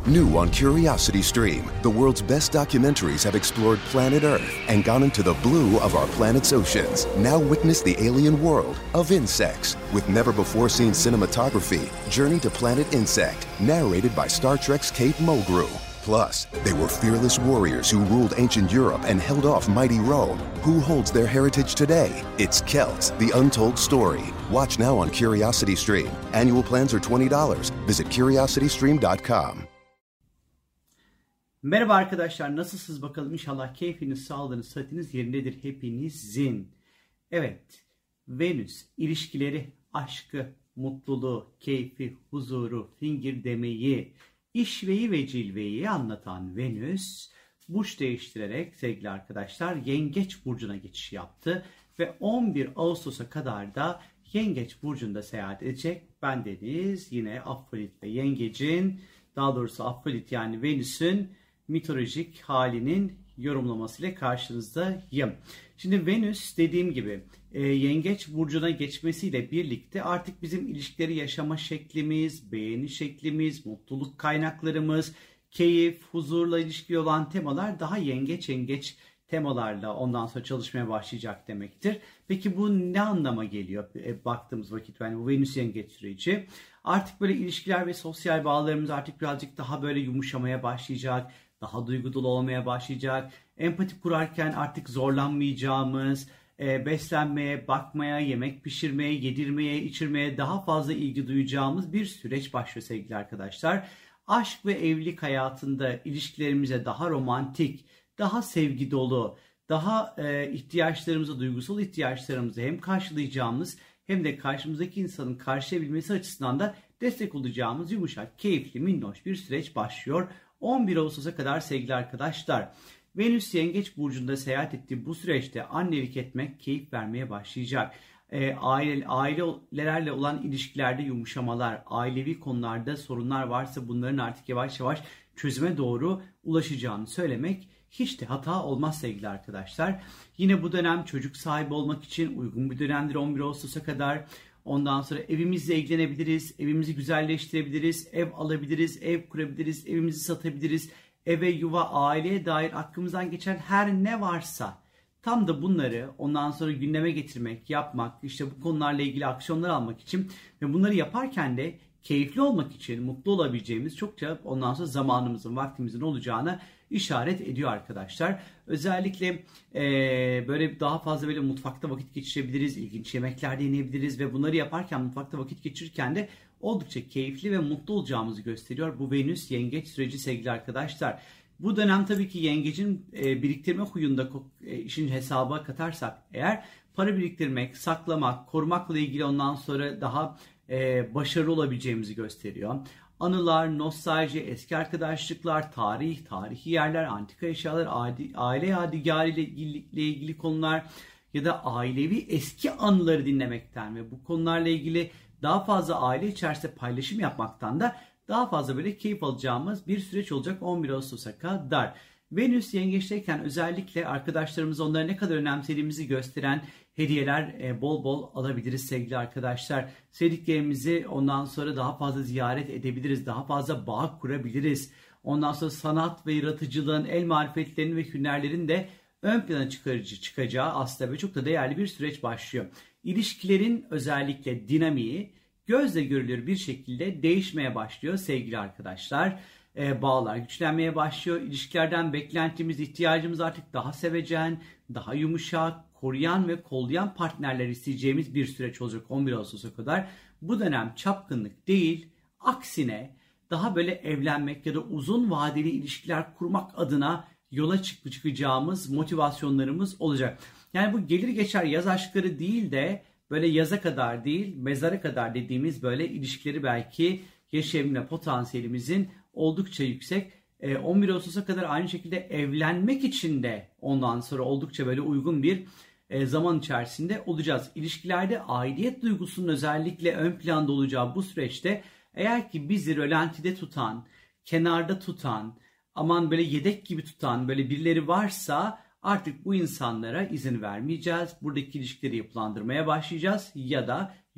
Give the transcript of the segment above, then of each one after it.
New on CuriosityStream, the world's best documentaries have explored planet Earth and gone into the blue of our planet's oceans. Now witness the alien world of insects with never-before-seen cinematography. Journey to Planet Insect, narrated by Star Trek's Kate Mulgrew. Plus, they were fearless warriors who ruled ancient Europe and held off mighty Rome. Who holds their heritage today? It's Celts, the untold story. Watch now on CuriosityStream. Annual plans are $20. Visit curiositystream.com. Merhaba arkadaşlar, nasılsınız bakalım? İnşallah keyfiniz, sağlığınız, sıhhatiniz yerindedir hepinizin. Evet, Venüs ilişkileri, aşkı, mutluluğu, keyfi, huzuru, fingirdemeyi, işveyi ve cilveyi anlatan Venüs, burç değiştirerek sevgili arkadaşlar Yengeç burcuna geçiş yaptı ve 11 Ağustos'a kadar da Yengeç burcunda seyahat edecek. Bendeniz yine Afrodit ve Yengecin, daha doğrusu Afrodit yani Venüs'ün mitolojik halinin yorumlamasıyla karşınızdayım. Şimdi Venüs dediğim gibi Yengeç burcuna geçmesiyle birlikte artık bizim ilişkileri yaşama şeklimiz, beğeni şeklimiz, mutluluk kaynaklarımız, keyif, huzurla ilişkili olan temalar daha yengeç temalarla ondan sonra çalışmaya başlayacak demektir. Peki bu ne anlama geliyor baktığımız vakit, yani bu Venüs Yengeç süreci? Artık böyle ilişkiler ve sosyal bağlarımız artık birazcık daha böyle yumuşamaya başlayacak, daha duygu dolu olmaya başlayacak. Empati kurarken artık zorlanmayacağımız, beslenmeye, bakmaya, yemek pişirmeye, yedirmeye, içirmeye daha fazla ilgi duyacağımız bir süreç başlıyor sevgili arkadaşlar. Aşk ve evlilik hayatında ilişkilerimize daha romantik, daha sevgi dolu, daha ihtiyaçlarımızı, duygusal ihtiyaçlarımızı hem karşılayacağımız hem de karşımızdaki insanın karşılayabilmesi açısından da destek olacağımız yumuşak, keyifli, minnoş bir süreç başlıyor. 11 Ağustos'a kadar sevgili arkadaşlar. Venüs Yengeç burcunda seyahat ettiği bu süreçte annelik etmek keyif vermeye başlayacak. Ailelerle olan ilişkilerde yumuşamalar, ailevi konularda sorunlar varsa bunların artık yavaş yavaş çözüme doğru ulaşacağını söylemek hiç de hata olmaz sevgili arkadaşlar. Yine bu dönem çocuk sahibi olmak için uygun bir dönemdir 11 Ağustos'a kadar. Ondan sonra evimizle ilgilenebiliriz, evimizi güzelleştirebiliriz, ev alabiliriz, ev kurabiliriz, evimizi satabiliriz. Eve, yuva, aileye dair aklımızdan geçen her ne varsa tam da bunları ondan sonra gündeme getirmek, yapmak, işte bu konularla ilgili aksiyonlar almak için ve bunları yaparken de keyifli olmak için mutlu olabileceğimiz çokça ondan sonra zamanımızın, vaktimizin olacağına işaret ediyor arkadaşlar. Özellikle böyle daha fazla böyle mutfakta vakit geçirebiliriz, ilginç yemekler deneyebiliriz ve bunları yaparken mutfakta vakit geçirirken de oldukça keyifli ve mutlu olacağımızı gösteriyor bu Venüs Yengeç süreci sevgili arkadaşlar. Bu dönem tabii ki Yengeç'in biriktirme huyunda işin hesaba katarsak eğer para biriktirmek, saklamak, korumakla ilgili ondan sonra daha başarılı olabileceğimizi gösteriyor. Anılar, nostalji, eski arkadaşlıklar, tarihi yerler, antika eşyalar, aile yadigarı ile ilgili konular ya da ailevi eski anıları dinlemekten ve bu konularla ilgili daha fazla aile içerisinde paylaşım yapmaktan da daha fazla böyle keyif alacağımız bir süreç olacak 11 Ağustos'a kadar. Venüs Yengeç'teyken özellikle arkadaşlarımız onları ne kadar önemsediğimizi gösteren hediyeler bol bol alabiliriz sevgili arkadaşlar. Sevdiklerimizi ondan sonra daha fazla ziyaret edebiliriz, daha fazla bağ kurabiliriz. Ondan sonra sanat ve yaratıcılığın, el marifetlerinin ve hünerlerin de ön plana çıkacağı aslında ve çok da değerli bir süreç başlıyor. İlişkilerin özellikle dinamiği gözle görülür bir şekilde değişmeye başlıyor sevgili arkadaşlar. Bağlar güçlenmeye başlıyor. İlişkilerden beklentimiz, ihtiyacımız artık daha sevecen, daha yumuşak, koruyan ve kollayan partnerler isteyeceğimiz bir süreç olacak 11 Ağustos'a kadar. Bu dönem çapkınlık değil, aksine daha böyle evlenmek ya da uzun vadeli ilişkiler kurmak adına yola çıkacağımız motivasyonlarımız olacak. Yani bu gelir geçer yaz aşkları değil de böyle yaza kadar değil, mezara kadar dediğimiz böyle ilişkileri belki yaşayabilme potansiyelimizin oldukça yüksek. 11 Ağustos'a kadar aynı şekilde evlenmek için de ondan sonra oldukça böyle uygun bir zaman içerisinde olacağız. İlişkilerde aidiyet duygusunun özellikle ön planda olacağı bu süreçte eğer ki bizi rölantide tutan, kenarda tutan, aman böyle yedek gibi tutan böyle birileri varsa artık bu insanlara izin vermeyeceğiz. Buradaki ilişkileri yapılandırmaya başlayacağız ya da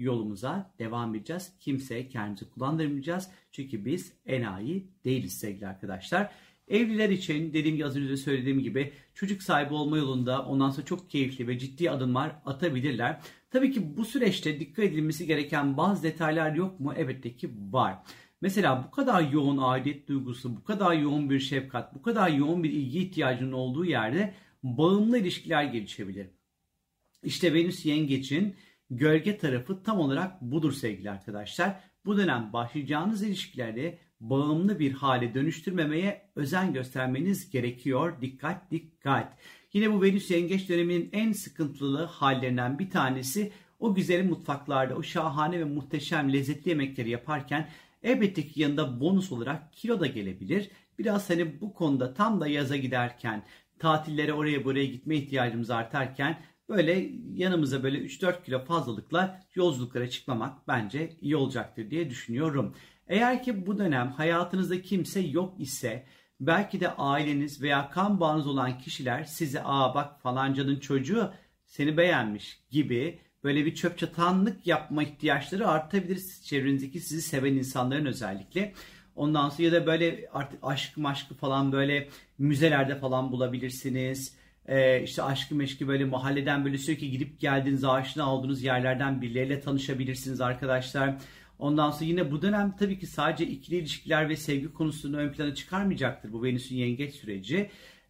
yolumuza devam edeceğiz. Kimseye kendimizi kullandırmayacağız. Çünkü biz enayi değiliz sevgili arkadaşlar. Evliler için dediğim gibi az önce söylediğim gibi çocuk sahibi olma yolunda ondan sonra çok keyifli ve ciddi adımlar atabilirler. Tabii ki bu süreçte dikkat edilmesi gereken bazı detaylar yok mu? Elbette ki var. Mesela bu kadar yoğun aidiyet duygusu, bu kadar yoğun bir şefkat, bu kadar yoğun bir ilgi ihtiyacının olduğu yerde bağımlı ilişkiler gelişebilir. İşte Venüs Yengeç'in gölge tarafı tam olarak budur sevgili arkadaşlar. Bu dönem başlayacağınız ilişkileri bağımlı bir hale dönüştürmemeye özen göstermeniz gerekiyor. Dikkat dikkat. Yine bu Venüs Yengeç döneminin en sıkıntılı hallerinden bir tanesi o güzel mutfaklarda o şahane ve muhteşem lezzetli yemekleri yaparken elbette ki yanında bonus olarak kilo da gelebilir. Biraz hani bu konuda tam da yaza giderken tatillere oraya buraya gitme ihtiyacımız artarken böyle yanımıza böyle 3-4 kilo fazlalıkla yolculuklara çıkmamak bence iyi olacaktır diye düşünüyorum. Eğer ki bu dönem hayatınızda kimse yok ise belki de aileniz veya kan bağınız olan kişiler size bak falancanın çocuğu seni beğenmiş gibi böyle bir çöp çatanlık yapma ihtiyaçları artabilir çevrenizdeki sizi seven insanların özellikle. Ondan sonra ya da böyle artık aşk maşkı falan böyle müzelerde falan bulabilirsiniz. İşte aşkı meşki böyle mahalleden böyle sürekli gidip geldiğiniz aşina olduğunuz yerlerden birileriyle tanışabilirsiniz arkadaşlar. Ondan sonra yine bu dönem tabii ki sadece ikili ilişkiler ve sevgi konusunu ön plana çıkarmayacaktır bu Venüs'ün yengeç süreci.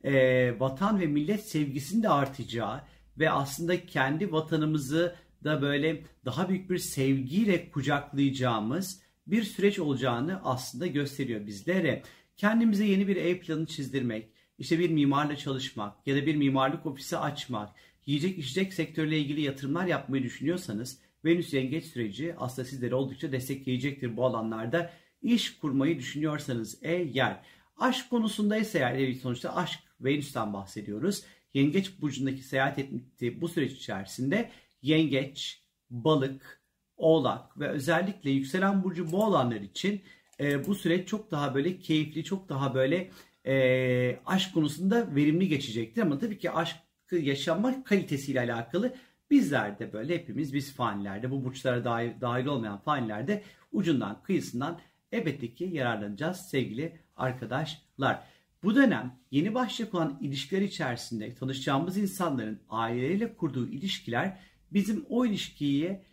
Vatan ve millet sevgisinin de artacağı ve aslında kendi vatanımızı da böyle daha büyük bir sevgiyle kucaklayacağımız bir süreç olacağını aslında gösteriyor bizlere. Kendimize yeni bir ev planı çizdirmek, işte bir mimarla çalışmak ya da bir mimarlık ofisi açmak, yiyecek içecek sektörüyle ilgili yatırımlar yapmayı düşünüyorsanız Venüs Yengeç süreci aslında sizleri oldukça destekleyecektir bu alanlarda. İş kurmayı düşünüyorsanız eğer, aşk konusunda ise eğer sonuçta aşk Venüs'ten bahsediyoruz. Yengeç burcundaki seyahat ettiği bu süreç içerisinde Yengeç, Balık, Oğlak ve özellikle yükselen burcu Boğalanlar için bu süreç çok daha böyle keyifli, çok daha böyle aşk konusunda verimli geçecektir. Ama tabii ki aşkı yaşama kalitesiyle alakalı bizler de böyle hepimiz biz fanilerde bu burçlara dahil olmayan fanilerde ucundan kıyısından elbette ki yararlanacağız sevgili arkadaşlar. Bu dönem yeni başlayacak olan ilişkiler içerisinde tanışacağımız insanların aileleriyle kurduğu ilişkiler bizim o ilişkiye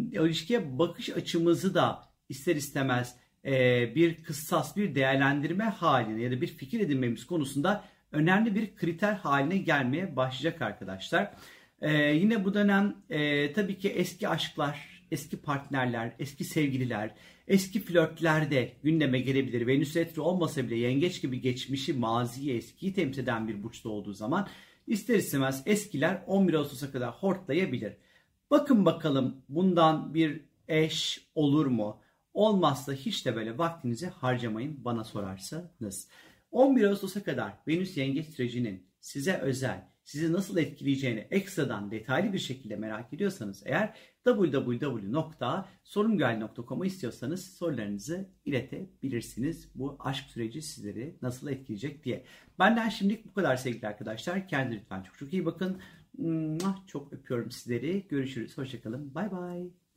bakış açımızı da ister istemez bir kıssas, bir değerlendirme haline ya da bir fikir edinmemiz konusunda önemli bir kriter haline gelmeye başlayacak arkadaşlar. Yine bu dönem tabii ki eski aşklar, eski partnerler, eski sevgililer, eski flörtler de gündeme gelebilir. Venüs retro olmasa bile yengeç gibi geçmişi, maziyi, eskiyi temsil eden bir burçta olduğu zaman ister istemez eskiler 11 Ağustos'a kadar hortlayabilir. Bakın bakalım bundan bir eş olur mu? Olmazsa hiç de böyle vaktinizi harcamayın bana sorarsanız. 11 Ağustos'a kadar Venüs Yengeç sürecinin size özel, sizi nasıl etkileyeceğini ekstradan detaylı bir şekilde merak ediyorsanız eğer www.sorumgel.com'a istiyorsanız sorularınızı iletebilirsiniz. Bu aşk süreci sizleri nasıl etkileyecek diye. Benden şimdilik bu kadar sevgili arkadaşlar. Kendinize lütfen çok çok iyi bakın. Çok öpüyorum sizleri. Görüşürüz. Hoşçakalın. Bay bay.